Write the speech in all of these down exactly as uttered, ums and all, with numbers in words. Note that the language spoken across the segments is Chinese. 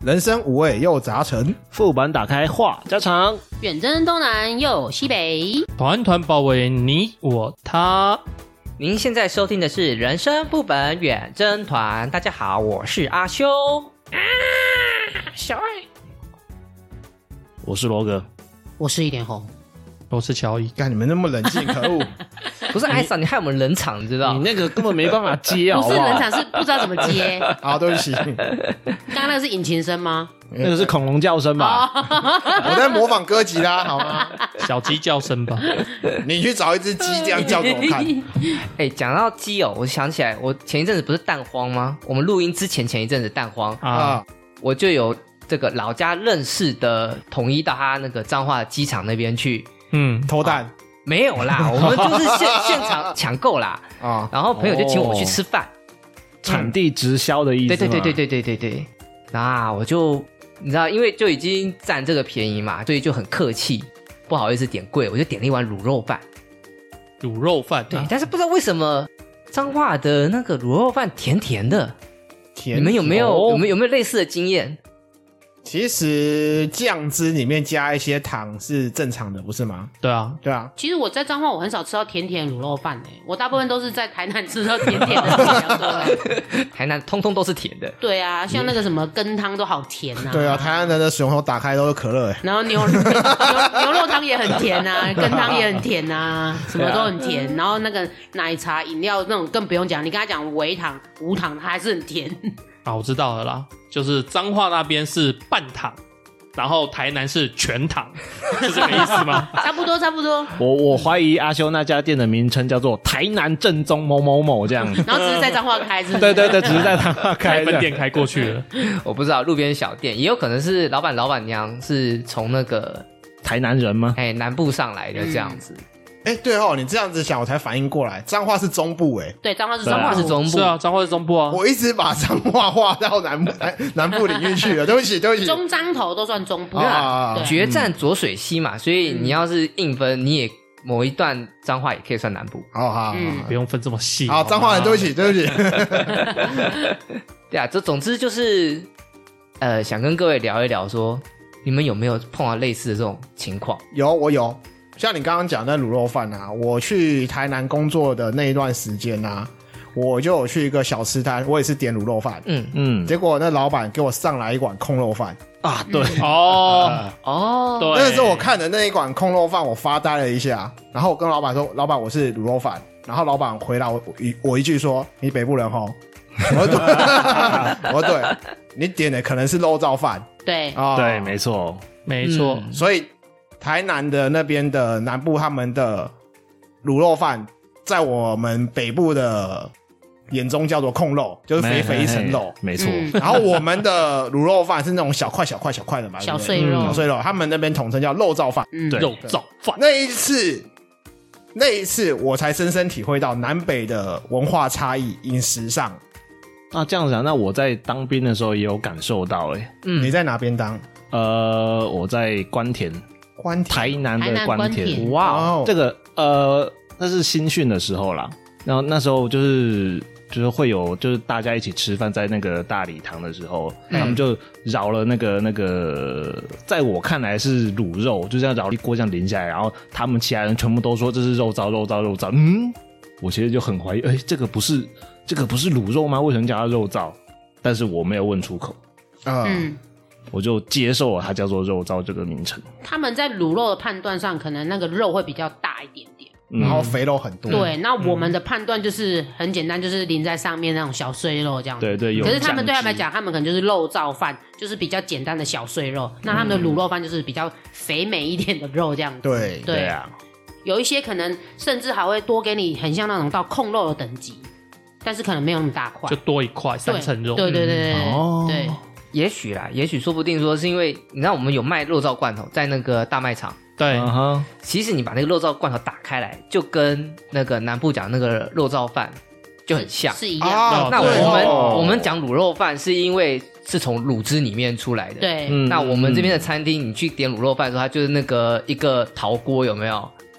人生五味又杂陈， 副本打开话家常， 远征东南又西北， 团团包围你我他。 您现在收听的是人生副本远征团。大家好，我是阿修啊，小爱， 我是罗哥， 我是一点红， 我是乔伊。 看你们那么冷静，可恶！ 不是艾嫂，你害我们冷场，你知道？ 你那个根本没办法接好不不好？ 是冷场，是不知道怎么接。 好，对不起， 刚刚那个是引擎声吗？ 那个是恐龙叫声吧？ 我在模仿哥吉拉，好吗？ 小鸡叫声吧。 你去找一只鸡这样叫给我看。 哎，讲到鸡哦，我想起来，我前一阵子不是蛋荒吗？我们录音之前前一阵子蛋荒啊， 啊， 我就有这个老家认识的统一到他那个彰化机场那边去。 嗯， 偷蛋没有啦，我们就是现现场抢购啦。 啊， 然后朋友就请我去吃饭。 产地直销的意思吗？ 对对对对对对对对。那我就你知道，因为就已经占这个便宜嘛，所以就很客气，不好意思点贵，我就点了一碗卤肉饭。 卤肉饭。 对，但是不知道为什么彰化的那个卤肉饭甜甜的， 甜。 你们有没有、 哦有没有有没有类似的经验？ 其实酱汁里面加一些糖是正常的，不是吗？ 对啊， 对啊， 其实我在彰化，我很少吃到甜甜的卤肉饭诶、欸，我大部分都是在台南吃到甜甜的比较多。 台南通通都是甜的。 对啊，像那个什么羹汤都好甜啊。 对啊，台湾人的水龙头打开都是可乐，哎， 然后牛牛牛肉汤也很甜啊，羹汤也很甜啊，什么都很甜。然后那个奶茶、饮料那种更不用讲，你跟他讲微糖、无糖，它还是很甜。 啊，我知道了啦，就是彰化那边是半糖，然后台南是全糖，是这个意思吗？ 差不多，差不多。 我我怀疑阿修那家店的名称叫做台南正宗某某某这样。 然后只是在彰化开，是不是？ 对对对，只是在他开开的分店开过去了。 我不知道路边小店，也有可能是老板老板娘是从那个台南人吗？ 哎南部上来的这样子。 哎，对哦，你这样子想，我才反应过来，彰化是中部，哎， 对，彰化是彰中部， 化是中部， 是啊，彰化是中部啊。 我一直把彰化划到南部南南部领域去了，对不起，对不起。 中彰头都算中部啊啊。对， 决战浊水溪嘛，所以你要是硬分，你也某一段彰化也可以算南部。 好好好嗯不用分这么细。 好，彰化人，对不起，对不起。 对啊，这总之就是呃，想跟各位聊一聊说，你们有没有碰到类似的这种情况？ 有，我有。像你刚刚讲的卤肉饭啊，我去台南工作的那一段时间啊，我就有去一个小吃摊，我也是点卤肉饭， 嗯嗯结果那老板给我上来一碗控肉饭。 啊，对， 哦， 哦， 对， 那个时候我看的那一碗控肉饭，我发呆了一下，然后我跟老板说：“老板，我是卤肉饭。”然后老板回答我一我一句说：“你北部人吼。”我说对，我说对，你点的可能是肉燥饭对， 啊， 对，没错， 没错。 嗯所以台南的那边的南部他们的卤肉饭，在我们北部的眼中叫做控肉，就是肥肥一层肉。 没错。 嗯然后我们的卤肉饭是那种小块小块小块的嘛， 小对不对碎肉小碎肉，他们那边统称叫肉燥饭。 嗯， 对肉燥饭。 那一次，那一次我才深深体会到南北的文化差异，饮食上。 那这样讲，那我在当兵的时候也有感受到诶、欸。 嗯你在哪边当？ 呃，我在关田， 关田台南的台南关田。 田哇哦这个呃，那是新训的时候啦。然后那时候就是就是会有就是大家一起吃饭，在那个大礼堂的时候， 嗯他们就绕了那个那个，在我看来是卤肉，就这样绕一锅这样淋下来，然后他们其他人全部都说这是肉燥肉燥肉燥。嗯，我其实就很怀疑，哎，这个不是这个不是卤肉吗？为什么叫它肉燥？但是我没有问出口， 嗯， 嗯， 我就接受了它叫做肉燥这个名称。 他们在卤肉的判断上，可能那个肉会比较大一点点。 然后肥肉很多。 对，那我们的判断就是很简单，就是淋在上面那种小碎肉这样子。 对对有可是他们对他们来酱汁讲，他们可能就是肉燥饭，就是比较简单的小碎肉。那他们的卤肉饭就是比较肥美一点的肉这样子。 对对对啊， 有一些可能甚至还会多给你很像那种到控肉的等级，但是可能没有那么大块就，多一块对三层肉。 对对对对对哦对， 也许啦，也许说不定说是因为你知道我们有卖肉燥罐头，在那个大卖场。 对， 嗯哼， 其实你把那个肉燥罐头打开来，就跟那个南部讲那个肉燥饭就很像。 是一样的。 啊， 那我对们、 哦我们讲卤肉饭是因为是从卤汁里面出来的。。 对， 嗯那我们这边的餐厅，你去点卤肉饭的时候，它就是那个一个陶锅，有没有？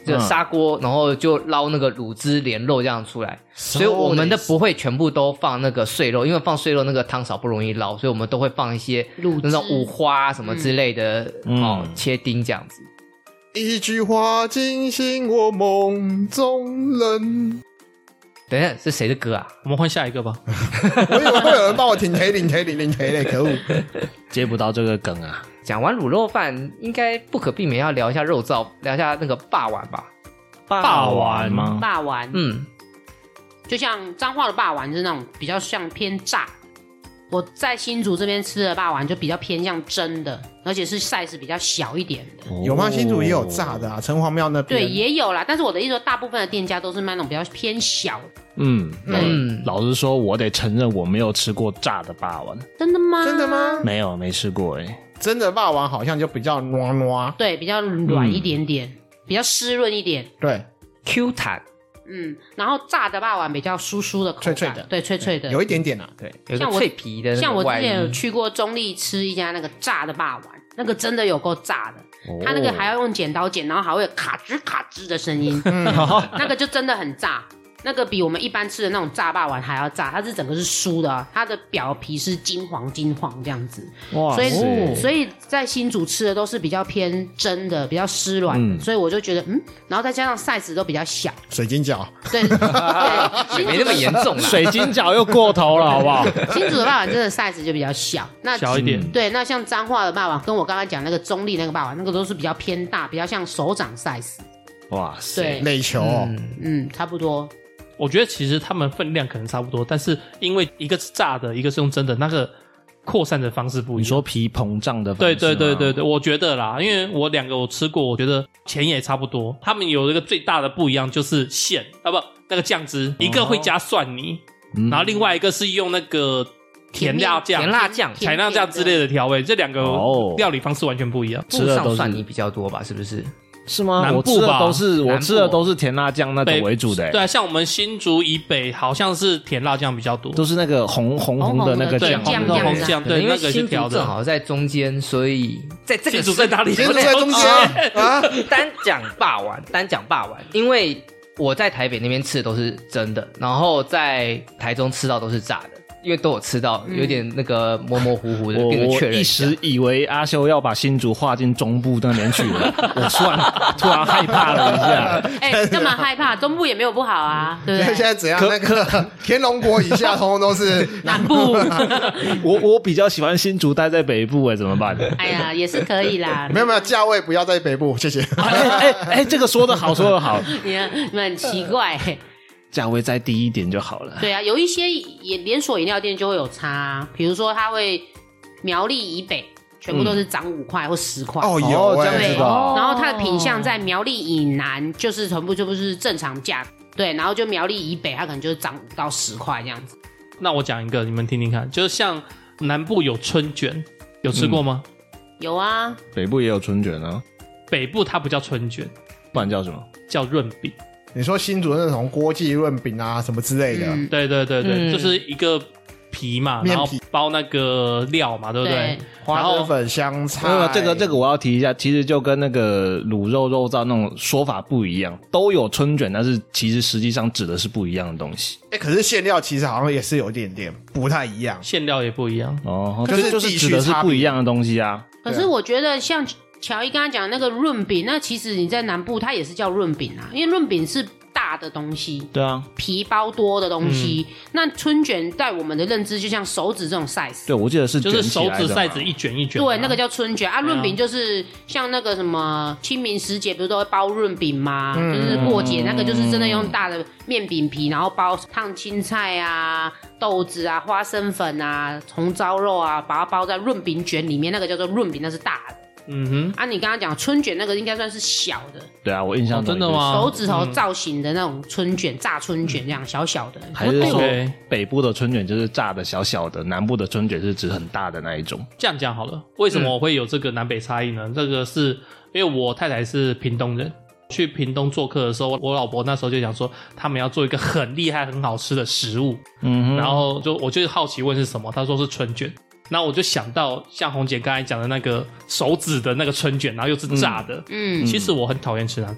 就砂锅，然后就捞那个卤汁连肉这样出来。所以我们的不会全部都放那个碎肉，因为放碎肉那个汤勺不容易捞，所以我们都会放一些那种五花什么之类的、嗯、哦，切丁这样子。 一句话惊醒我梦中人。 等一下，是谁的歌啊？ 我们换下一个吧。 我以为会有人帮我停黑领黑领领黑嘞，可恶！ 接不到这个梗啊。 讲完卤肉饭，应该不可避免要聊一下肉燥，聊一下那个霸丸吧。 霸丸吗？ 霸丸， 嗯， 就像彰化的霸丸是那种比较像偏炸。我在新竹这边吃的霸丸就比较偏向蒸的，而且是 size 比较小一点的。 有吗？新竹也有炸的啊，城隍庙那边对也有啦。但是我的意思说，大部分的店家都是卖那种比较偏小的。 嗯嗯， 老实说，我得承认我没有吃过炸的霸丸。 真的吗？ 真的吗？ 没有，没吃过哎、欸。 真的霸王好像就比较糯糯， 对，比较软一点点，嗯、比较湿润一点， 对 ，Q 弹。 嗯，然后炸的霸王比较酥酥的口感， 脆脆的， 对，脆脆的， 有一点点啊，对， 有个脆皮的那个。 像我之前有去过中立吃一家那个炸的霸王，那个真的有够炸的，哦、它那个还要用剪刀剪，然后还会有卡吱卡吱的声音，嗯、那个就真的很炸。那个比我们一般吃的那种炸霸丸还要炸，它是整个是酥的、啊，它的表皮是金黄金黄这样子。哇！所以、哦、所以在新竹吃的都是比较偏蒸的，比较湿软的、嗯，所以我就觉得嗯，然后再加上 size 都比较小， 水晶饺， 对对， 没那么严重啦， 水晶饺又过头了，好不好？ 新竹的霸丸真的 size 就比较小，那小一点。 对，那像彰化的霸丸，跟我刚刚讲那个中立那个霸丸，那个都是比较偏大，比较像手掌 size。 哇塞， 对， 垒球、哦嗯，嗯，差不多。 我觉得其实他们分量可能差不多，但是因为一个是炸的，一个是用蒸的，那个扩散的方式不一样。 你说皮膨胀的方对式？ 对对对对，我觉得啦，因为我两个我吃过，我觉得钱也差不多。他们有一个最大的不一样就是馅啊，不，那个酱汁，一个会加蒜泥，嗯、然后另外一个是用那个甜辣酱、 甜辣酱、 甜辣酱之类的调味，这两个料理方式完全不一样。 吃的上蒜泥比较多吧？是不是？ 是吗？ 南部吧， 我吃的都是我吃的都是甜辣酱那种为主的、欸。 对啊，像我们新竹以北好像是甜辣酱比较多， 都是那个红红红的那个酱， 酱红红酱。对， 因为那个新竹正好在中间，所以在这个新竹在哪里？ 新竹在中间啊。 单讲霸丸，单讲霸丸，因为我在台北那边吃的都是蒸的，然后在台中吃到都是炸的。因为都有吃到，有点那个模模糊糊的， 我跟个确认一时以为阿修要把新竹划进中部那边去了，我突然突然害怕了一下。 哎、欸，干嘛害怕？中部也没有不好啊，对不对？ 现在怎样？那个天龙国以下，通通都是南部。 我我比较喜欢新竹待在北部，哎，怎么办？ 哎呀，也是可以啦。 没有没有，价位不要在北部，谢谢。 哎哎哎，这个说得好，说得好。 你你们很奇怪、欸。 价位再低一点就好了。 对啊，有一些也连锁饮料店就会有差、啊，比如说它会苗栗以北全部都是涨五块或十块、 嗯、哦，有这样子的、哦。 然后它的品项在苗栗以南就是全部就不是正常价，对，然后就苗栗以北它可能就是涨五到十块这样子。 那我讲一个，你们听听看，就是像南部有春卷，有吃过吗？ 嗯、有啊， 北部也有春卷啊。 北部它不叫春卷， 不然叫什么？ 叫润饼。 你说新竹那种锅记润饼啊什么之类的、 嗯、 对对对对、嗯、就是一个皮嘛， 面皮然后包那个料嘛，对不对？ 对， 花生粉、香菜。 这个这个我要提一下，其实就跟那个卤肉肉燥那种说法不一样，都有春卷，但是其实实际上指的是不一样的东西。 哎、欸，可是馅料其实好像也是有一点点不太一样， 馅料也不一样哦，就是就是指的是不一样的东西啊。 可是我觉得像乔伊刚刚讲的那个润饼，那其实你在南部它也是叫润饼啊，因为润饼是大的东西， 对啊， 皮包多的东西、嗯。那春卷在我们的认知就像手指这种 size， 对，我记得是就是手指 size 一卷一卷、啊， 对，那个叫春卷啊。润饼就是像那个什么清明时节不是都会包润饼吗、嗯？就是过节那个就是真的用大的面饼皮，然后包烫青菜啊、豆子啊、花生粉啊、红糟肉啊，把它包在润饼卷里面，那个叫做润饼，那是大的。 嗯哼， 啊，你刚刚讲春卷那个应该算是小的， 对啊，我印象中、 哦、真的吗？ 手指头造型的那种春卷，嗯、炸春卷这样小小的， 还是说北部的春卷就是炸的小小的，南部的春卷是指很大的那一种？ 这样讲好了，为什么我会有这个南北差异呢？嗯、这个是因为我太太是屏东人，去屏东做客的时候，我老婆那时候就讲说，他们要做一个很厉害、很好吃的食物，嗯，然后就我就好奇问是什么，她说是春卷。然后我就想到像红姐刚才讲的那个手指的那个春卷，然后又是炸的，嗯，其实我很讨厌吃那个，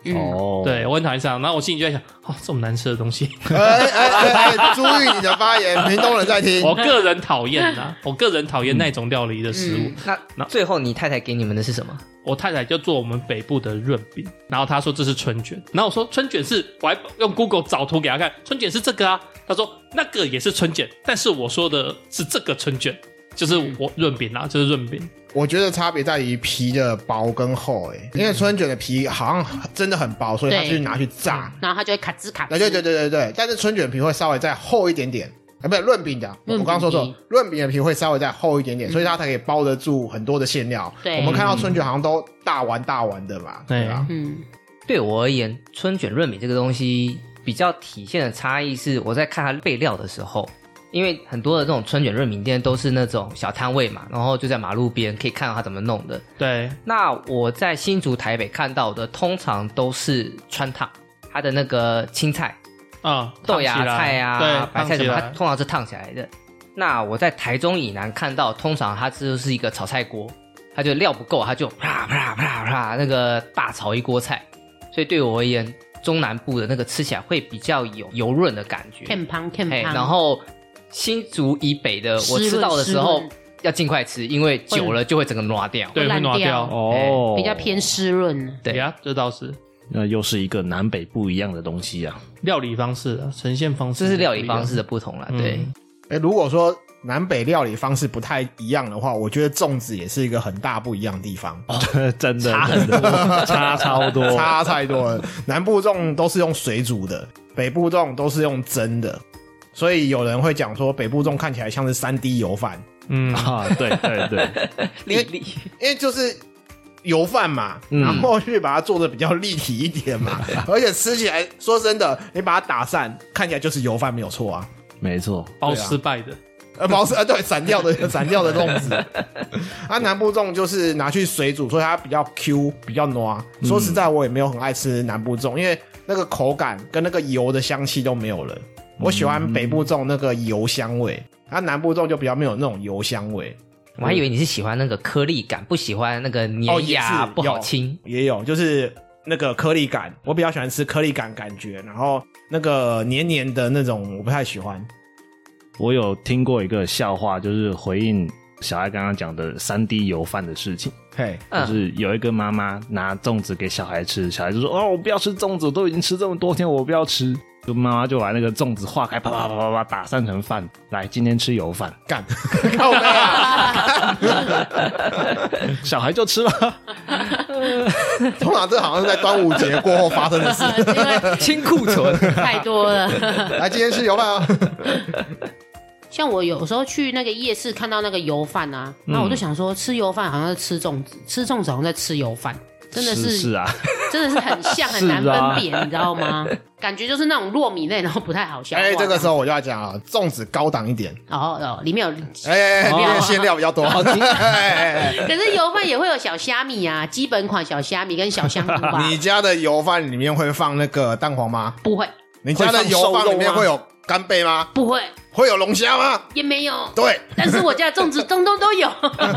哦， 对我很讨厌沙朗，然后我心里就在想，哦，这么难吃的东西， 哎哎哎哎，注意你的发言，屏东人在听。 我个人讨厌呐，我个人讨厌那种料理的食物。 嗯、那最后你太太给你们的是什么？ 我太太就做我们北部的润饼，然后她说这是春卷，然后我说春卷是，我还用 Google 找图给她看，春卷是这个啊，她说那个也是春卷，但是我说的是这个春卷，就是我润饼啊，就是润饼。 我觉得差别在于皮的薄跟厚，哎，因为春卷的皮好像真的很薄，所以它是拿去炸， 然后它就会卡吱卡吱。 对对对对对，但是春卷皮会稍微再厚一点点。啊，不是润饼的，我刚刚说错，润饼的皮会稍微再厚一点点，嗯、所以它才可以包得住很多的馅料。对，我们看到春卷好像都大丸大丸的嘛，对吧？ 嗯，对我而言，春卷润饼这个东西比较体现的差异是，我在看它备料的时候，因为很多的这种春卷润饼店都是那种小摊位嘛，然后就在马路边可以看到它怎么弄的。 对， 那我在新竹、台北看到的，通常都是川烫，它的那个青菜。 啊、嗯， 豆芽菜啊，白菜什么，它通常是烫起来的。那我在台中以南看到，通常它就是一个炒菜锅，它就料不够，它就啪啪啪啪那个大炒一锅菜。所以对我而言，中南部的那个吃起来会比较有油润的感觉。 偏胖偏胖。 然后新竹以北的，我吃到的时候要尽快吃，因为久了就会整个挪掉， 对，会挪掉哦， 比较偏湿润。 对呀，这倒是。 那又是一个南北不一样的东西啊， 料理方式啊，呈现方式， 这是料理方式的不同啦。嗯、对， 哎，如果说南北料理方式不太一样的话，我觉得粽子也是一个很大不一样的地方。 哦，真的差很多，差超多， 差太多了。南部粽都是用水煮的，北部粽都是用蒸的，所以有人会讲说北部粽看起来像是三 D 油饭。 嗯啊，对对对， 因为因为就是。油饭嘛，然后去把它做的比较立体一点嘛，嗯、而且吃起来，说真的，你把它打散，看起来就是油饭没有错啊， 没错， 包失败的， 呃，包失呃对，散掉的散掉的粽子，啊，南部粽就是拿去水煮，所以它比较 Q， 比较糯。说实在，我也没有很爱吃南部粽，因为那个口感跟那个油的香气都没有了。我喜欢北部粽那个油香味，啊，南部粽就比较没有那种油香味。 我还以为你是喜欢那个颗粒感，不喜欢那个黏牙、哦、不好清。 也有，就是那个颗粒感，我比较喜欢吃颗粒感感觉，然后那个黏黏的那种我不太喜欢。 我有听过一个笑话，就是回应小孩刚刚讲的三 D 油饭的事情。 嘿， 就是有一个妈妈拿粽子给小孩吃，小孩就说：“哦，我不要吃粽子，我都已经吃这么多天，我不要吃。”就妈妈就把那个粽子化开，啪啪啪啪啪打散成饭，来，今天吃油饭， 干，靠背啊！ 小孩就吃了。 通常这好像是在端午节过后发生的事， 因为清库存太多了。 来，今天吃油饭啊！ 像我有时候去那个夜市看到那个油饭啊，那、嗯、我就想说，吃油饭好像在吃粽子，吃粽子好像在吃油饭。真的是是啊， 真的是很像，很难分别，啊、你知道吗？感觉就是那种糯米类，然后不太好消化。 哎，这个时候我就要讲啊，粽子高档一点。 哦哦，里面有哎哎，里面馅料比较多。可是油饭也会有小虾米啊，基本款小虾米跟小香菇吧。 你家的油饭里面会放那个蛋黄吗？ 不会。 你家的油饭里面会有干贝吗？ 不会。 会有龙虾吗？ 也没有。 对， 但是我家的粽子通通都有。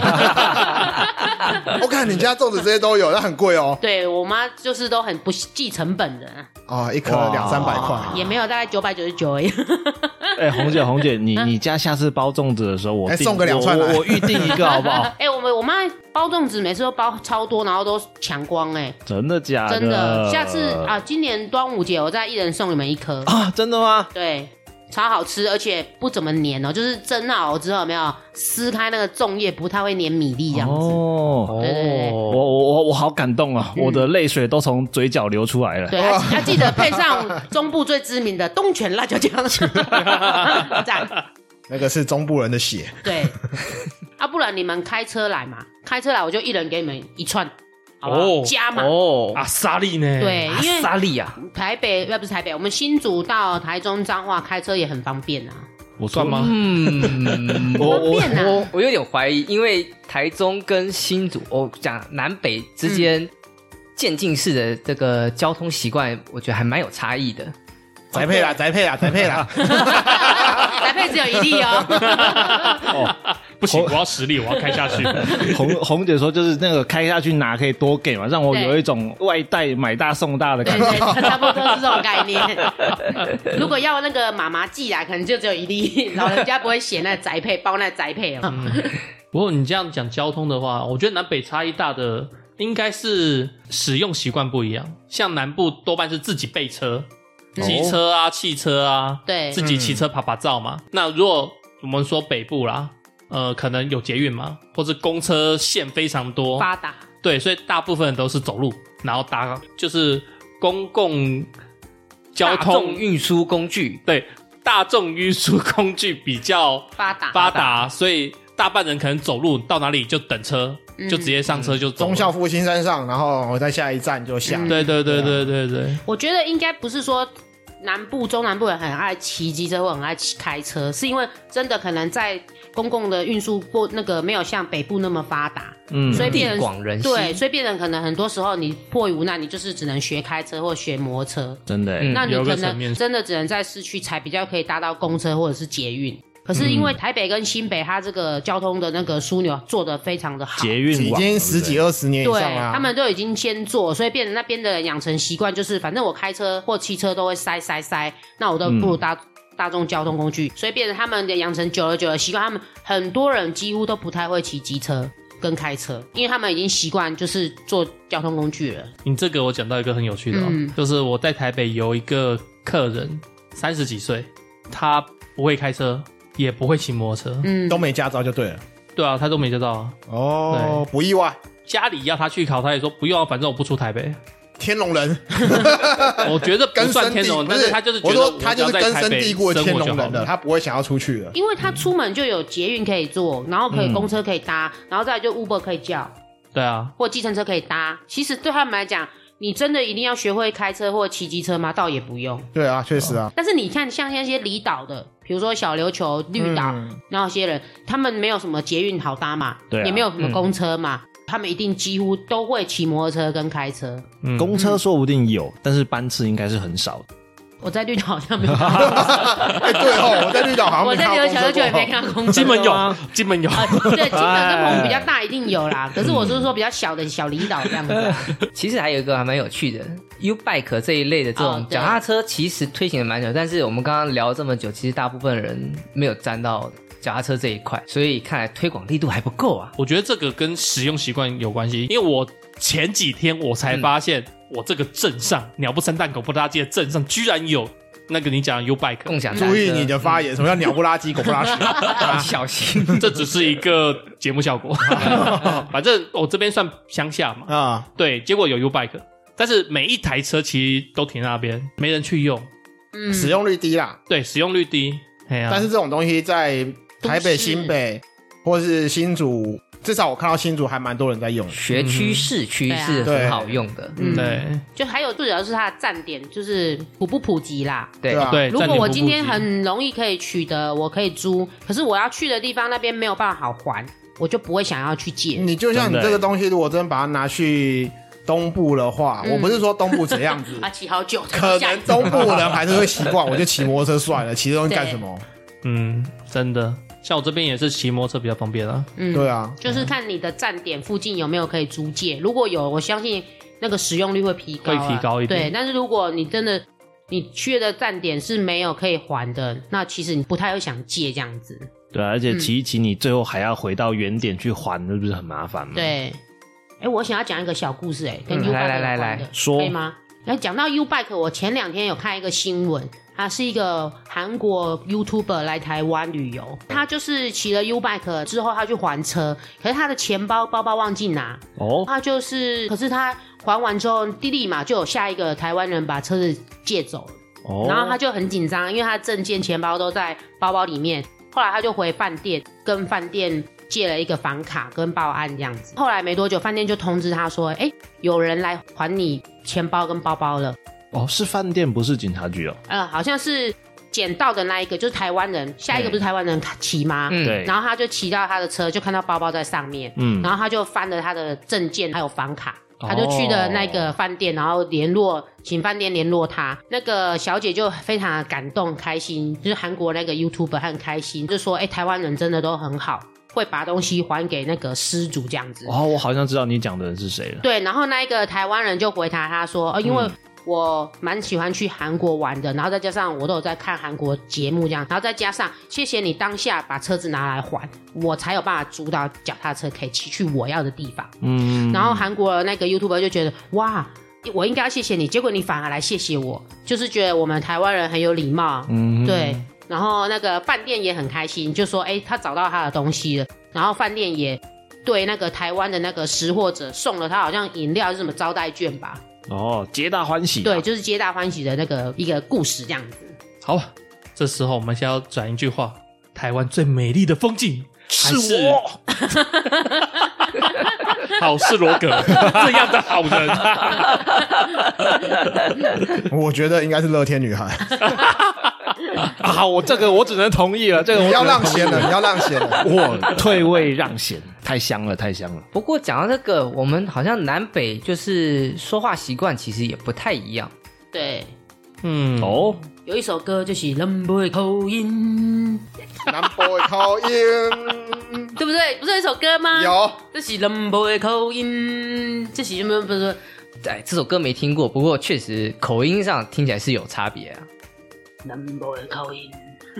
我看你家粽子这些都有，那很贵哦。 对，我妈就是都很不计成本的。 哦，一颗两三百块， 也没有，大概九百九十九而已。 哎、欸，红姐，红姐，你你家下次包粽子的时候，我、 欸、送个两串来， 我我预定一个好不好？ 哎、欸，我们我妈包粽子每次都包超多，然后都抢光哎、欸。 真的假的？ 真的。下次啊，今年端午节我再一人送你们一颗啊！真的吗？ 对。超好吃，而且不怎么黏哦，就是蒸好之后有没有撕开那个粽叶，不太会黏米粒这样子。 哦， 对对对， 我我我好感动啊、嗯，我的泪水都从嘴角流出来了。 对，要、啊、记得配上中部最知名的东泉辣椒酱。赞， 那个是中部人的血。 对，啊，不然你们开车来嘛，开车来我就一人给你们一串。哦，加嘛哦， 阿萨利呢？ 对，因为阿萨利啊， 台北不是台北，我们新竹到台中彰化开车也很方便啊。 我算吗？ 嗯，我我我我有点怀疑，因为台中跟新竹，我讲南北之间渐进式的这个交通习惯，我觉得还蛮有差异的。 宅配啦，宅配啦，宅配啦， 宅配只有一例哦。 哦， 不行，我要实力，我要开下去。 红红姐说就是那个开下去拿可以多给嘛，让我有一种外带买大送大的感觉。 对对，差不多是这种概念。如果要那个妈妈寄来，可能就只有一粒，老人家不会写那宅配包那宅配哦。 嗯、不过你这样讲交通的话，我觉得南北差异大的应该是使用习惯不一样。像南部多半是自己备车，机车啊、汽车啊， 对， 自己骑车爬爬照嘛。嗯、那如果我们说北部啦，呃，可能有捷运嘛，或者公车线非常多发达， 对，所以大部分人都是走路，然后搭就是公共交通运输工具， 对，大众运输工具比较发达发达，所以大半人可能走路到哪里就等车，嗯、就直接上车就走。 忠孝复兴山上，然后我在下一站就下。 嗯、对对对对对对， 我觉得应该不是说南部、中南部人很爱骑机车或很爱开车，是因为真的可能在公共的运输过那个没有像北部那么发达， 嗯， 所以变成地广人稀， 对，所以变成可能很多时候你迫于无奈，你就是只能学开车或学摩托车， 真的、 嗯，那你可能真的只能在市区才比较可以搭到公车或者是捷运。可是因为台北跟新北，它这个交通的那个枢纽做得非常的好， 捷运已经十几二十年以上了、啊， 对，他们都已经先做，所以变成那边的人养成习惯，就是反正我开车或汽车都会塞塞塞，那我都不如搭、嗯、大众交通工具，所以变成他们的养成久了久了习惯，他们很多人几乎都不太会骑机车跟开车，因为他们已经习惯就是坐交通工具了。 你这个我讲到一个很有趣的、哦嗯、就是我在台北有一个客人三十几岁，他不会开车也不会骑摩托车， 嗯，都没驾照就对了。 对啊，他都没驾照啊。 哦，不意外。 家里要他去考，他也说不用啊，反正我不出台北。 天龙人， 我觉得不算天龙人，但是他就是觉得我说他就是根深蒂固的天龙人了，他不会想要出去了， 因为他出门就有捷运可以坐，然后可以公车可以搭，嗯、然后再来就 Uber 可以叫， 对啊， 或计程车可以搭。其实对他们来讲，你真的一定要学会开车或骑机车吗？倒也不用。 对啊，确实啊。 但是你看，像那些离岛的，比如说小琉球、绿岛，嗯、然后有些人他们没有什么捷运好搭嘛， 对啊、 也没有什么公车嘛。嗯，他们一定几乎都会骑摩托车跟开车， 嗯、公车说不定有，但是班次应该是很少的。 我在绿岛好像没有看到公车， 哎，对哦，我在绿岛好像没看到公车。 我在小琉球也没看到公车。 金门有，金门有， 呃、对，金门跟澎湖比较大，一定有啦。可是我是说比较小的小离岛这样子、啊。 其实还有一个还蛮有趣的 ，U-Bike 这一类的这种脚踏车，其实推行的蛮久，但是我们刚刚聊了这么久，其实大部分人没有沾到脚踏车这一块，所以看来推广力度还不够啊。 我觉得这个跟使用习惯有关系，因为我前几天我才发现，我这个镇上、嗯、鸟不生蛋狗不拉几的镇上居然有那个你讲的 U-Bike 共享。 注意你的发言，什么叫鸟不拉几狗不拉屎？ 小心， 这只是一个节目效果。反正我这边算乡下嘛，啊，对，结果有 U-Bike， 但是每一台车其实都停在那边，没人去用， 嗯，使用率低啦。 对，使用率低。啊、 但是这种东西在台北、新北或是新竹，至少我看到新竹还蛮多人在用的。 学区、市区是很好用的， 嗯， 对。 就还有最主要是它的站点，就是普不普及啦。 对啊， 对。 如果我今天很容易可以取得，我可以租，可是我要去的地方那边没有办法好还，我就不会想要去借。 你就像你这个东西，如果真的把它拿去东部的话，嗯、我不是说东部怎样子， 啊，骑好久， 可能东部的人还是会习惯，我就骑摩托车算了，骑这东西干什么？ 嗯，真的，像我这边也是骑摩托车比较方便啊。 嗯， 对啊， 就是看你的站点附近有没有可以租借，如果有，我相信那个使用率会提高、啊， 会提高一点。 对，但是如果你真的你去的站点是没有可以还的，那其实你不太会想借这样子。 对啊，而且骑一骑，你最后还要回到原点去还，那不是很麻烦吗？ 对。哎，我想要讲一个小故事、欸，哎，跟 U-Bike 有关的、 嗯、来来来来说， 可以吗？来讲到 U-Bike， 我前两天有看一个新闻，他是一个韩国 YouTuber 来台湾旅游，他就是骑了 U-Bike 之后，他去还车，可是他的钱包包包忘记拿，哦，他就是，可是他还完之后，立马就有下一个台湾人把车子借走了，哦，然后他就很紧张，因为他的证件、钱包都在包包里面，后来他就回饭店跟饭店借了一个房卡跟报案这样子，后来没多久饭店就通知他说，哎，有人来还你钱包跟包包了。 哦，是饭店不是警察局哦。 呃，好像是捡到的那一个就是台湾人，下一个不是台湾人骑吗？ 嗯，对。 然后他就骑到他的车，就看到包包在上面，嗯，然后他就翻了他的证件还有房卡，他就去了那个饭店，然后联络，请饭店联络他。那个小姐就非常的感动开心，就是韩国那个 YouTuber 很开心，就说，哎，台湾人真的都很好。 会把东西还给那个失主这样子。 哦，我好像知道你讲的人是谁了。 对，然后那一个台湾人就回答他说，呃，因为我蛮喜欢去韩国玩的，然后再加上我都有在看韩国节目这样，然后再加上谢谢你当下把车子拿来还，我才有办法租到脚踏车可以骑去我要的地方。嗯，然后韩国的那个 YouTuber 就觉得哇，我应该要谢谢你，结果你反而来谢谢我，就是觉得我们台湾人很有礼貌。嗯，对。然后那个饭店也很开心，就说哎，他找到他的东西了，然后饭店也对那个台湾的那个识货者送了他好像饮料是什么招待券吧。 哦，皆大欢喜、啊。 对，就是皆大欢喜的那个一个故事这样子。 好，这时候我们先要转一句话：台湾最美丽的风景是我。 好，是罗格这样的好人。 我觉得应该是乐天女孩。 啊，我这个我只能同意了，这个我你要让贤了，你要让贤了， 我退位让贤，太香了，太香了。 不过讲到这个，我们好像南北就是说话习惯其实也不太一样。 对， 嗯， 哦， 有一首歌就是南部的口音， 南部的口音， 对不对？不是有一首歌吗？ 有， 这是南部的口音，这是什么？不是， 哎，这首歌没听过，不过确实口音上听起来是有差别啊。 南部的口音。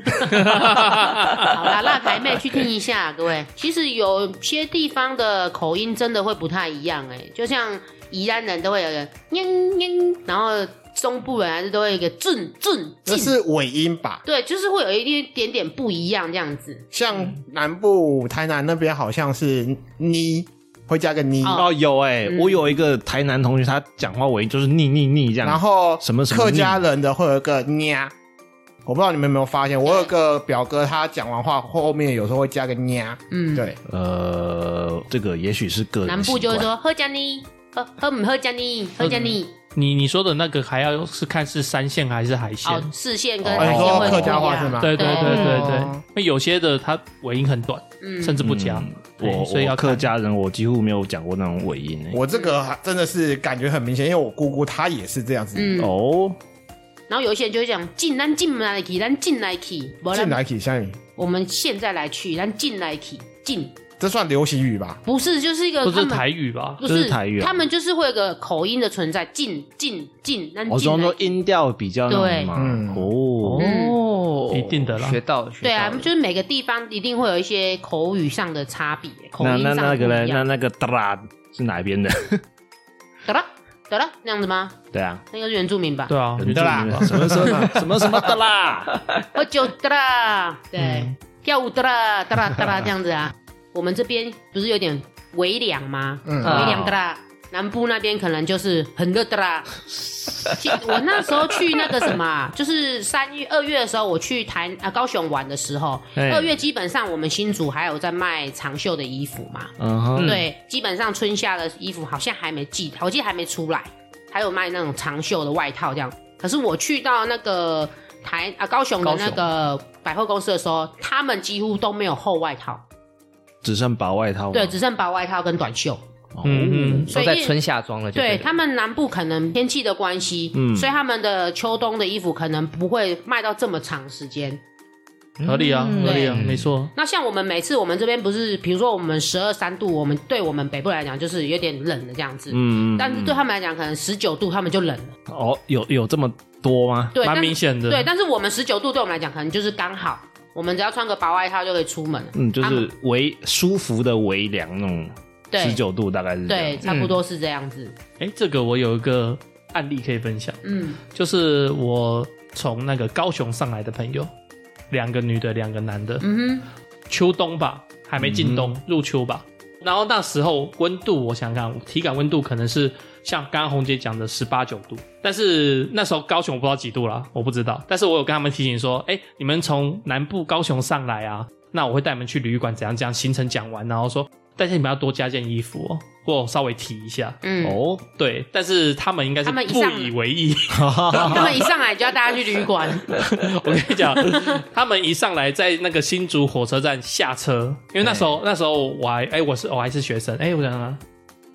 好啦，辣台妹去听一下，各位。其实有些地方的口音真的会不太一样，哎，就像宜兰人都会有个嘤嘤，然后中部人还是都会有一个震震， 这是尾音吧？ 对，就是会有一点点不一样这样子。 像南部台南那边好像是你。会加个你哦，有哎、欸嗯，我有一个台南同学，他讲话尾音就是腻腻腻这样。 然后什么什么客家人的会有一个nha，我不知道你们有没有发现，我有个表哥，他讲完话后面有时候会加个nha。嗯，对， 呃，这个也许是个人南部就会说喝加你，喝喝不喝加你，喝加你。 你你说的那个还要是看是山线还是海线？ 哦，四线跟海线会客家话是吗？ 对对对对对，因为有些的它尾音很短，嗯、甚至不加。 嗯、我所以要客家人，我几乎没有讲过那种尾音、欸。 我这个真的是感觉很明显，因为我姑姑她也是这样子。嗯、 哦。 然后有一些人就会讲进咱进来去，咱进来去， 进来去下面。 我们现在来去，咱进来去进。 这算流行语吧？ 不是，就是一个不是台语吧？ 不是台语、啊， 他们就是会有个口音的存在，进进进。 我说说音调比较对嘛，嗯、 哦哦， 一定的啦， 学到了。学到了对啊，就是每个地方一定会有一些口语上的差别，口音上那那那个呢？ 那那个哒啦是哪边的？ 哒啦哒啦，那样子吗？ 对啊， 那个是原住民吧？ 对啊， 原住民什么什么什么什么哒啦， 喝酒哒啦，对，嗯、跳舞哒啦哒啦哒啦这样子啊。我们这边不是有点微凉吗？嗯，微凉的啦。南部那边可能就是很热的啦。我那时候去那个什么，就是三月、二月的时候，我去台啊高雄玩的时候，二月基本上我们新竹还有在卖长袖的衣服嘛。嗯哼，对，基本上春夏的衣服好像还没寄，我记得还没出来，还有卖那种长袖的外套这样。可是我去到那个台啊高雄的那个百货公司的时候，他们几乎都没有厚外套。 只剩薄外套吗？ 对，只剩薄外套跟短袖。 嗯嗯，都在春夏装了就对了。 对，他们南部可能天气的关系，嗯，所以他们的秋冬的衣服可能不会卖到这么长时间。 合理啊，合理啊，没错。 那像我们每次我们这边不是，比如说我们十二三度，我们对我们北部来讲就是有点冷的这样子，嗯，但是对他们来讲可能十九度他们就冷了。 哦，有有这么多吗？ 对， 蛮明显的。 对，但是我们十九度对我们来讲可能就是刚好。我们只要穿个薄外套就可以出门了， 嗯，就是微舒服的微凉那种，十九度大概是这样， 对，差不多是这样子。 哎、嗯，这个我有一个案例可以分享，嗯，就是我从那个高雄上来的朋友，两个女的，两个男的，嗯哼，秋冬吧，还没进冬，嗯、入秋吧。然后那时候温度，我想想看，体感温度可能是像刚刚红姐讲的十八九度，但是那时候高雄我不知道几度啦，我不知道。但是我有跟他们提醒说，哎，你们从南部高雄上来啊，那我会带你们去旅馆怎样怎样，行程讲完，然后说，但是你们要多加件衣服哦，或稍微提一下。嗯，哦，对，但是他们应该是不以为意。 他们一上来就要大家去旅馆。 我跟你讲，他们一上来在那个新竹火车站下车，因为那时候那时候我还哎我是我还是学生，哎我想想。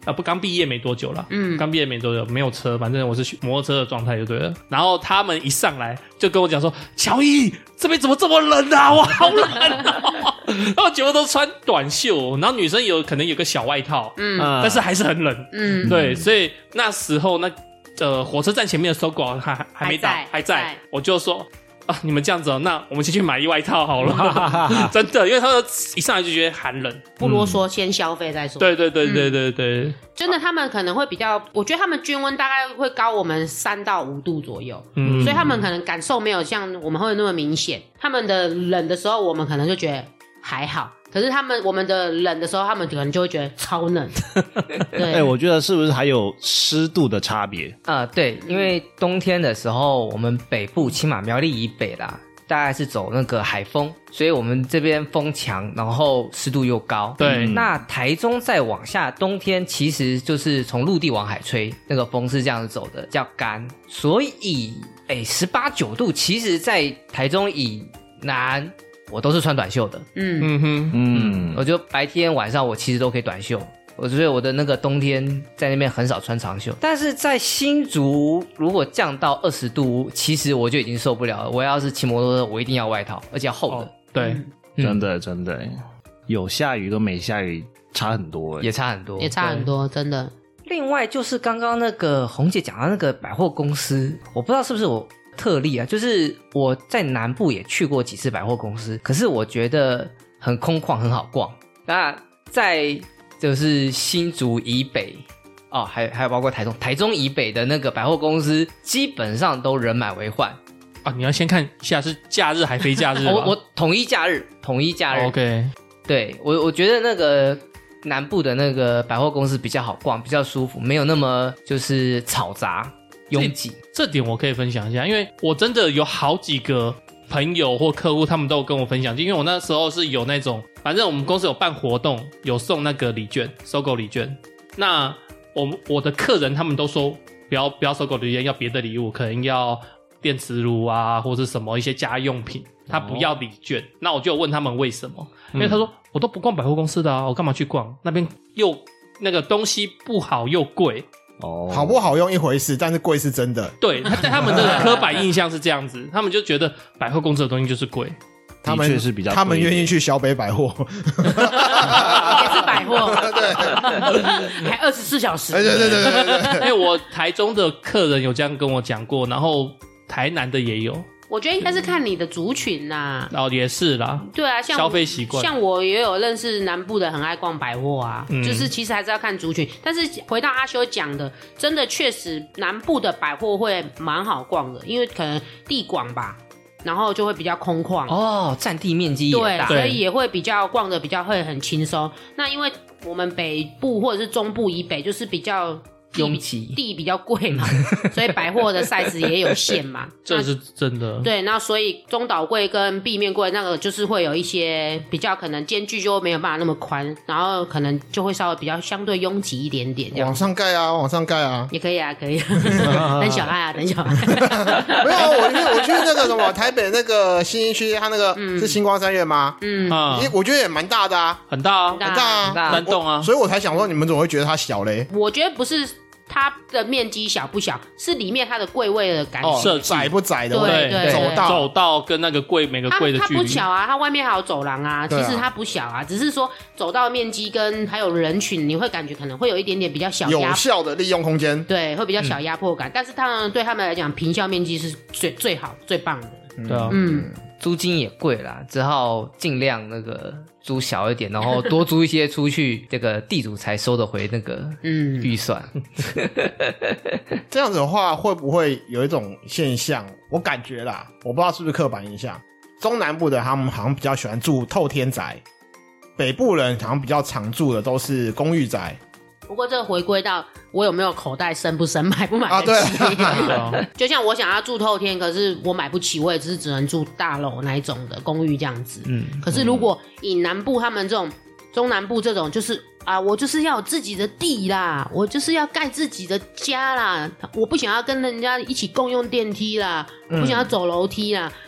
啊不刚毕业没多久了，嗯，刚毕业没多久，没有车，反正我是摩托车的状态就对了。然后他们一上来就跟我讲说：“乔伊，这边怎么这么冷啊？我好冷哦！”然后结果都穿短袖，然后女生有可能有个小外套，嗯，但是还是很冷，嗯，对，所以那时候那呃火车站前面的搜狗还还没到，还在，还在我就说。啊，你们这样子哦，那我们先去买一外套好了。真的，因为他们一上来就觉得寒冷， 不啰嗦，先消费再说。 对对对对对对、嗯， 真的，他们可能会比较，我觉得他们均温大概会高我们三到五度左右，嗯，所以他们可能感受没有像我们会那么明显。他们的冷的时候，我们可能就觉得还好。可是他们我们的冷的时候，他们可能就会觉得超冷。对， 哎、欸，我觉得是不是还有湿度的差别？ 啊、呃，对，因为冬天的时候，我们北部起码苗栗以北啦，大概是走那个海风，所以我们这边风强，然后湿度又高。 对， 那台中再往下，冬天其实就是从陆地往海吹，那个风是这样子走的，叫干。所以，哎，十八九度，其实在台中以南。我都是穿短袖的， 嗯嗯哼嗯，我就白天晚上我其实都可以短袖，我觉得我的那个冬天在那边很少穿长袖，但是在新竹如果降到二十度，其实我就已经受不了了。我要是骑摩托车，我一定要外套，而且要厚的。 哦、对、 嗯，真的真的，有下雨跟没下雨差很多， 也差很多， 也差很多，真的。 另外就是刚刚那个红姐讲到那个百货公司，我不知道是不是我。特例啊，就是我在南部也去过几次百货公司，可是我觉得很空旷，很好逛。那在就是新竹以北哦，还有还有包括台中，台中以北的那个百货公司，基本上都人满为患啊。你要先看一下是假日还非假日吧？ 我我统一假日，统一假日。 Oh, OK， 对我我觉得那个南部的那个百货公司比较好逛，比较舒服，没有那么就是吵杂。拥挤， 这点我可以分享一下，因为我真的有好几个朋友或客户，他们都有跟我分享，因为我那时候是有那种，反正我们公司有办活动，有送那个礼券，收购礼券。那我我的客人他们都说不要不要收购礼券，要别的礼物，可能要电磁炉啊，或是什么一些家用品，他不要礼券。哦、那我就问他们为什么，因为他说、嗯、我都不逛百货公司的啊，我干嘛去逛？那边又那个东西不好又贵。 哦，好不好用一回事，但是贵是真的。 对，在他们的刻板印象是这样子，他们就觉得百货公司的东西就是贵， 他们确实比较贵， 他们愿意去小北百货， 也是百货， 对， 还二十四小时。 对对对对对， 因为我台中的客人有这样跟我讲过，然后台南的也有。 我觉得应该是看你的族群啦， 哦，也是啦， 对啊，像消费习惯， 像我也有认识南部的很爱逛百货啊、嗯，就是其实还是要看族群。但是回到阿修讲的，真的确实南部的百货会蛮好逛的，因为可能地广吧，然后就会比较空旷哦，占地面积也大， 对，所以也会比较逛的比较会很轻松。那因为我们北部或者是中部以北就是比较。 拥挤， 地比较贵嘛，所以百货的 size 也有限嘛， 这是真的。 对，那所以中岛柜跟壁面柜那个就是会有一些比较可能间距就没有办法那么宽，然后可能就会稍微比较相对拥挤一点点。 往上盖啊，往上盖啊， 也可以啊，可以、啊。等小孩啊，等小孩。 没有，我去我去那个什么台北那个信义区，它那个、嗯、是星光三月吗？嗯，我觉得也蛮大的啊， 很大啊， 很大啊， 难动啊， 所以我才想说，你们怎么会觉得它小嘞？ 我觉得不是。它的面积小不小，是里面它的柜位的感觉， 哦、窄不窄的， 对对， 走道走道跟那个柜每个柜的距离， 它不小啊，它外面还有走廊啊，其实它不小啊，只是说走道面积跟还有人群，你会感觉可能会有一点点比较小压， 有效的利用空间， 对，会比较小压迫感，嗯、但是当然对他们来讲，坪效面积是最最好最棒的， 对啊， 嗯。 租金也贵啦，只好尽量那个租小一点，然后多租一些出去，这个地主才收得回那个嗯预算。 这样子的话，会不会有一种现象？我感觉啦，我不知道是不是刻板印象，中南部的他们好像比较喜欢住透天宅，北部人好像比较常住的都是公寓宅。 不过这个回归到我有没有口袋深不深，买不买得起、 啊对就像我想要住透天，可是我买不起，我也只是只能住大楼那一种的公寓这样子。嗯，可是如果以南部他们这种中南部这种，就是啊，我就是要有自己的地啦，我就是要盖自己的家啦，我不想要跟人家一起共用电梯啦，我不想要走楼梯啦。嗯，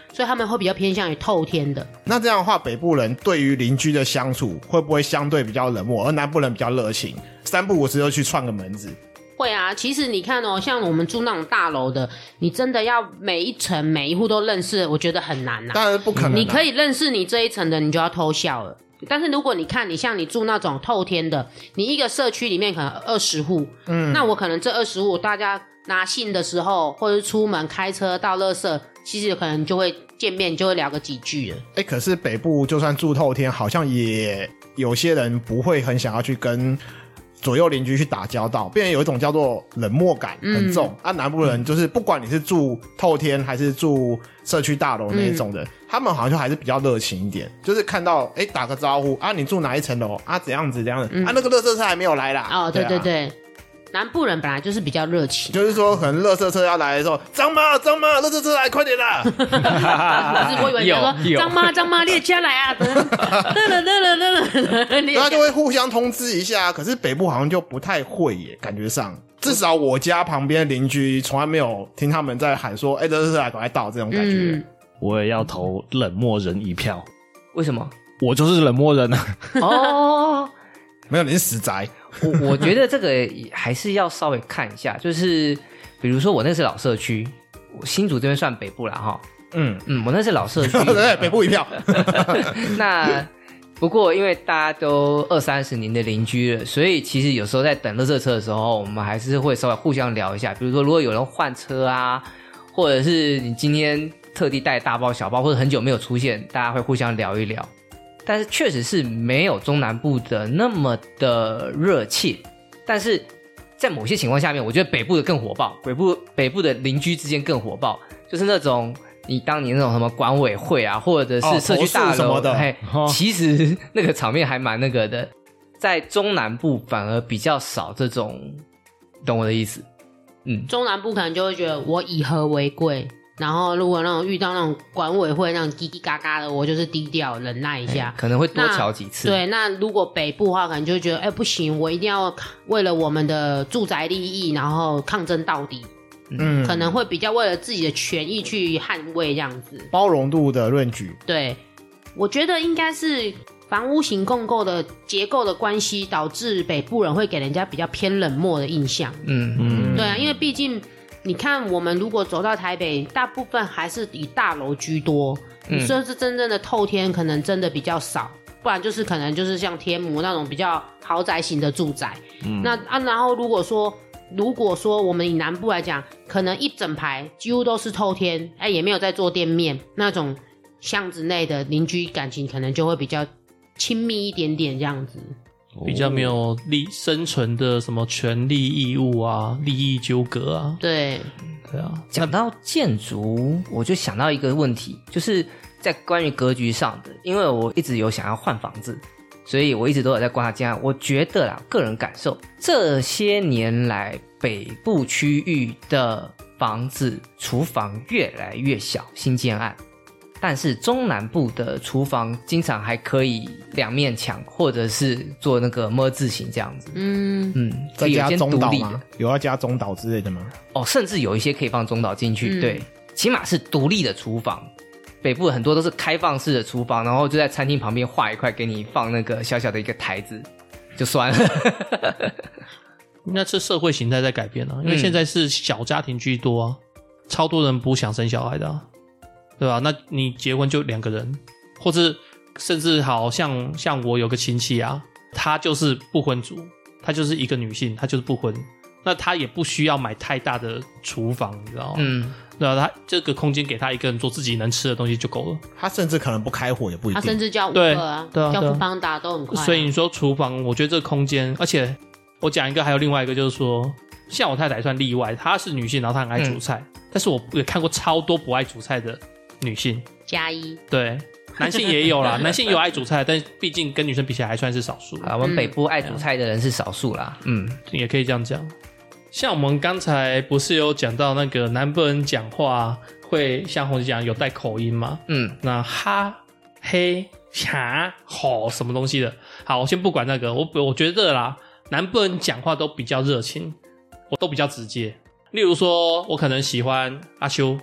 所以他们会比较偏向于透天的。 那这样的话，北部人对于邻居的相处会不会相对比较冷漠，而南部人比较热情，三不五时就去串个门子？ 会啊，其实你看哦，像我们住那种大楼的，你真的要每一层每一户都认识，我觉得很难啊。 当然不可能、啊， 你可以认识你这一层的，你就要偷笑了。但是如果你看你像你住那种透天的，你一个社区里面可能二十户，嗯，那我可能这二十户大家拿信的时候，或者是出门开车到垃圾，其实可能就会见面，就会聊个几句了。 哎、欸，可是北部就算住透天，好像也有些人不会很想要去跟左右邻居去打交道，变成有一种叫做冷漠感很重、嗯、啊。南部人就是不管你是住透天还是住社区大楼那一种的、嗯、他们好像就还是比较热情一点，就是看到哎、欸、打个招呼啊，你住哪一层楼啊，怎样子怎样子、嗯、啊，那个垃圾车还没有来啦。 哦，对对 对, 对，南部人本来就是比较热情， 就是说可能垃圾车要来的时候，张妈张妈，垃圾车来快点啦！ 不是，我以为你说张妈张妈列车来啊，得了得了得了， 他就会互相通知一下。可是北部好像就不太会耶，感觉上至少我家旁边邻居从来没有听他们在喊说，哎、欸，垃圾车来赶快到这种感觉、嗯。 我也要投冷漠人一票。 为什么？ 我就是冷漠人啊！ 哦， 没有，你是死宅。 我我觉得这个还是要稍微看一下，就是比如说我那是老社区，我新竹这边算北部啦齁，嗯嗯，我那是老社区， 对，北部一票。 那不过因为大家都二三十年的邻居了，所以其实有时候在等垃圾车的时候，我们还是会稍微互相聊一下，比如说如果有人换车啊，或者是你今天特地带大包小包，或者很久没有出现，大家会互相聊一聊。但是确实是没有中南部的那么的热切，但是在某些情况下面，我觉得北部的更火爆，北部北部的邻居之间更火爆，就是那种你当年那种什么管委会啊，或者是社区大楼、哦、什么的、嘿哦，其实那个场面还蛮那个的，在中南部反而比较少这种，懂我的意思？嗯， 中南部可能就会觉得我以和为贵。然后如果那种遇到那种管委会那种叽叽嘎嘎的，我就是低调忍耐一下， 可能会多瞧几次。 对，那如果北部的话，可能就会觉得，哎，不行，我一定要为了我们的住宅利益，然后抗争到底。嗯，可能会比较为了自己的权益去捍卫这样子。 包容度的论据。 对，我觉得应该是房屋型共构的结构的关系，导致北部人会给人家比较偏冷漠的印象。嗯嗯，对啊，因为毕竟。你看我们如果走到台北，大部分还是以大楼居多，你说是真正的透天可能真的比较少，不然就是可能就是像天母那种比较豪宅型的住宅。嗯、那啊，然后如果说如果说我们以南部来讲，可能一整排几乎都是透天，哎，也没有在做店面，那种巷子内的邻居感情可能就会比较亲密一点点这样子。 比较没有利生存的什么权利义务啊，利益纠葛啊。 对， 对啊。 讲到建筑，我就想到一个问题，就是在关于格局上的，因为我一直有想要换房子，所以我一直都有在观察这样。我觉得啦，个人感受，这些年来北部区域的房子厨房越来越小，新建案。但是中南部的厨房经常还可以两面墙，或者是做那个么字形这样子。嗯嗯， 再加中岛吗？有要加中岛之类的吗？ 哦，甚至有一些可以放中岛进去、嗯。对，起码是独立的厨房。北部很多都是开放式的厨房，然后就在餐厅旁边画一块给你放那个小小的一个台子，就算了。 那是社会形态在改变啊，因为现在是小家庭居多啊，嗯、超多人不想生小孩的、啊。对吧？那你结婚就两个人，或者甚至好像像我有个亲戚啊，她就是不婚族，她就是一个女性，她就是不婚，那她也不需要买太大的厨房，你知道吗？嗯，对吧？她这个空间给她一个人做自己能吃的东西就够了。 她甚至可能不开火也不一定， 她甚至叫 Uber 啊， 对啊， 叫富邦达都很快、啊。 所以你说厨房，我觉得这个空间，而且我讲一个，还有另外一个就是说，像我太太算例外，她是女性，然后她很爱煮菜，嗯、但是我也看过超多不爱煮菜的。女性加一， 对，男性也有啦，男性有爱煮菜，但毕竟跟女生比起来还算是少数。 啊，我们北部爱煮菜的人是少数啦，嗯， 也可以这样讲。像我们刚才不是有讲到那个南部人讲话会像红姐讲有带口音吗？嗯，那哈、嘿、哈、吼什么东西的？好，我先不管那个，我我觉得啦，南部人讲话都比较热情，我都比较直接。例如说，我可能喜欢阿修。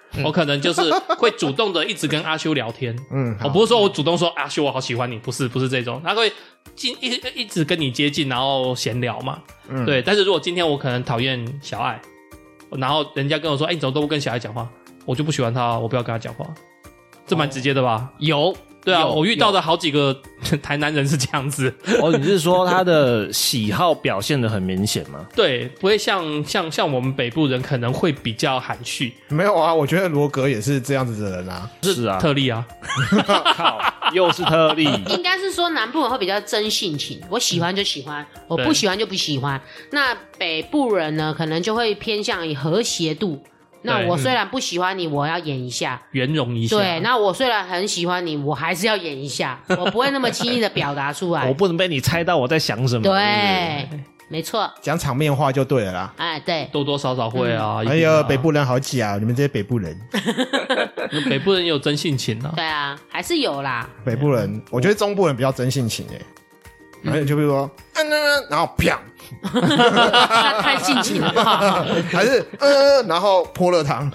我可能就是会主动的一直跟阿修聊天。 嗯， 我不是说我主动说阿修我好喜欢你，不是不是这种，他会进一一直跟你接近，然后闲聊嘛。嗯，对。但是如果今天我可能讨厌小爱，然后人家跟我说，哎、欸，你怎么都不跟小爱讲话？我就不喜欢他，我不要跟他讲话。这蛮直接的吧？ 有。 对啊，我遇到的好几个台南人是这样子。 哦，你是说他的喜好表现得很明显吗？ 对，不会像像像我们北部人可能会比较含蓄。 没有啊，我觉得罗格也是这样子的人啊。 是啊， 特例啊。 靠，又是特例。 应该是说南部人会比较真性情，我喜欢就喜欢，我不喜欢就不喜欢。那北部人呢，可能就会偏向于和谐度。那我虽然不喜欢你，我要演一下， 圆融一下。 对，那我虽然很喜欢你，我还是要演一下，我不会那么轻易的表达出来。 我不能被你猜到我在想什么。 对，没错， 讲场面话就对了啦。 哎，对， 多多少少会啊。 嗯、哎呀，北部人好假，你们这些北部人。 北部人也有真性情啊。 对啊，还是有啦。 北部人，我觉得中部人比较真性情哎。然后就比如说，嗯嗯，然后啪， 那太性情了吧？ 还是嗯，然后泼热汤。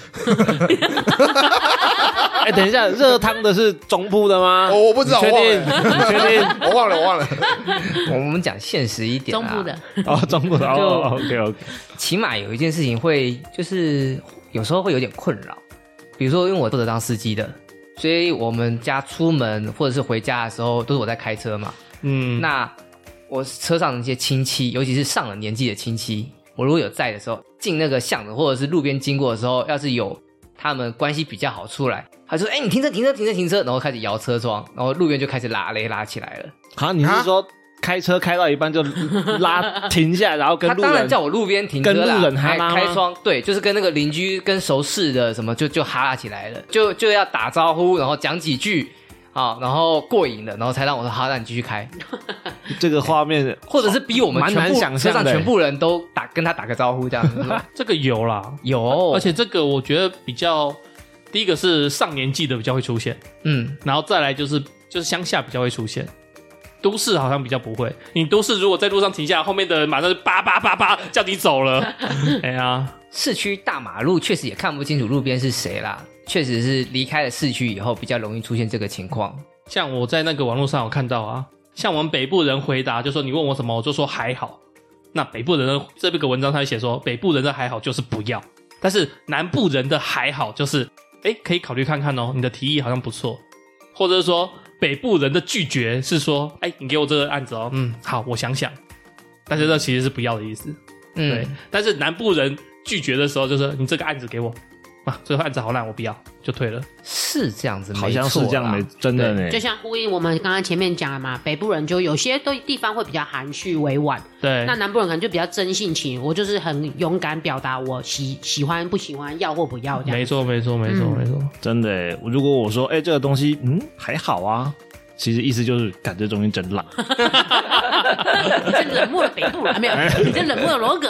哎、欸，等一下，热汤的是中部的吗？ 我我不知道， 你确定？你确定？ 我忘了，我忘了。 我们讲现实一点、啊， 中部的哦，中部的哦 ，OK OK。 起码有一件事情会，就是有时候会有点困扰，比如说，因为我负责当司机的，所以我们家出门或者是回家的时候，都是我在开车嘛。嗯，那我车上的一些亲戚，尤其是上了年纪的亲戚，我如果有在的时候，进那个巷子或者是路边经过的时候，要是有他们关系比较好出来，他就说：“哎、欸，你停车，停车，停车，停车！”然后开始摇车窗，然后路边就开始拉雷拉起来了。 啊，你是说开车开到一半就拉停下来，然后跟路人？ 他当然叫我路边停车啦， 跟路人哈拉吗？ 开窗，对，就是跟那个邻居跟熟识的什么就就哈拉起来了，就就要打招呼，然后讲几句。好，然后过瘾了，然后才让我说好，那你继续开。 这个画面， 或者是逼我们全部车上全部人都打跟他打个招呼这样子。 这个有啦， 有， 而且这个我觉得比较，第一个是上年纪的比较会出现，嗯，然后再来就是就是乡下比较会出现，都市好像比较不会。你都市如果在路上停下来，后面的人马上就叭叭叭叭叫你走了。哎呀， 市区大马路确实也看不清楚路边是谁啦。确实是离开了市区以后比较容易出现这个情况。 像我在那个网络上有看到啊，像我们北部人回答就说你问我什么我就说还好，那北部人的这个文章他写说北部人的还好就是不要，但是南部人的还好就是诶可以考虑看看哦，你的提议好像不错，或者是说北部人的拒绝是说诶你给我这个案子哦，嗯好我想想，但是这其实是不要的意思。嗯，对，但是南部人拒绝的时候就是你这个案子给我啊，这个案子好烂，我不要，就退了。 是这样子， 好像是这样，没真的呢。 就像呼应我们刚刚前面讲的嘛，北部人就有些都地方会比较含蓄委婉， 对。 那南部人可能就比较真性情，我就是很勇敢表达我喜喜欢不喜欢，要或不要这样。 没错，没错，没错，没错。 真的耶，如果我说，哎、欸，这个东西，嗯，还好啊，其实意思就是，感这东西真烂。 你这冷漠的北部人没有，你这冷漠的罗格。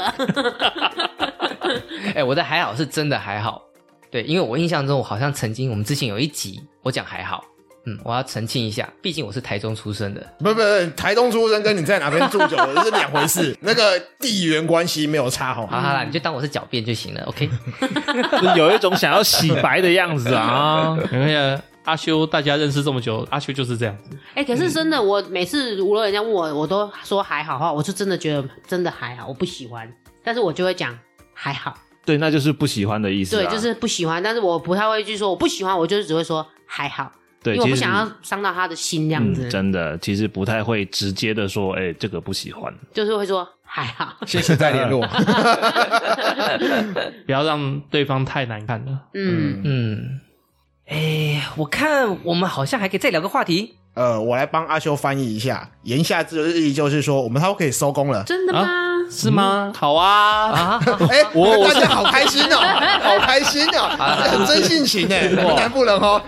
哎、欸，我的还好是真的还好。对，因为我印象中我好像曾经我们之前有一集我讲还好，嗯，我要澄清一下，毕竟我是台中出生的。 不不不，台中出生跟你在哪边住久了是两回事，那个地缘关系没有差好。 好好啦，你就当我是狡辩就行了 ，OK。 有一种想要洗白的样子啊。 因为阿修大家认识这么久，阿修就是这样子。 哎、欸，可是真的，我每次如果人家问我，我都说还好的话，我就真的觉得真的还好，我不喜欢，但是我就会讲还好。 对，那就是不喜欢的意思、啊。 对，就是不喜欢，但是我不太会去说我不喜欢，我就是只会说还好。 对， 因为我不想要伤到他的心这样子、 嗯。真的，其实不太会直接的说，哎、欸，这个不喜欢， 就是会说还好， 谢谢再联络。 不要让对方太难看了。 嗯嗯。哎、欸，我看我们好像还可以再聊个话题。 呃，我来帮阿修翻译一下，言下之意就是说，我们差不多可以收工了。 真的吗？啊是吗？嗯、好啊！ 啊，哎、欸，我大家好开心哦，好开心哦，很真性情哎，南部人哦。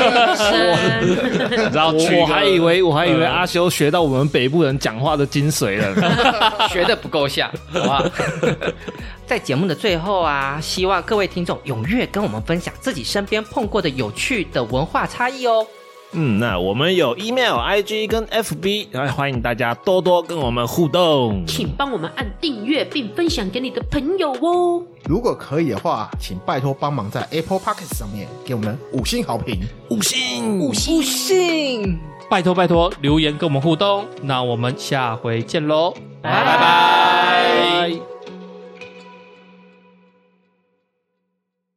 然后我还以为我还以为阿修学到我们北部人讲话的精髓了， 学的不够像，好不好？在节目的最后啊，希望各位听众踊跃跟我们分享自己身边碰过的有趣的文化差异哦。 嗯，那我们有 email、I G 跟 F B， 欢迎大家多多跟我们互动， 请帮我们按订阅并分享给你的朋友哦。 如果可以的话，请拜托帮忙在 Apple Podcast 上面给我们五星好评， 五星五星不信。 拜托拜托，留言跟我们互动，那我们下回见喽， 拜拜拜。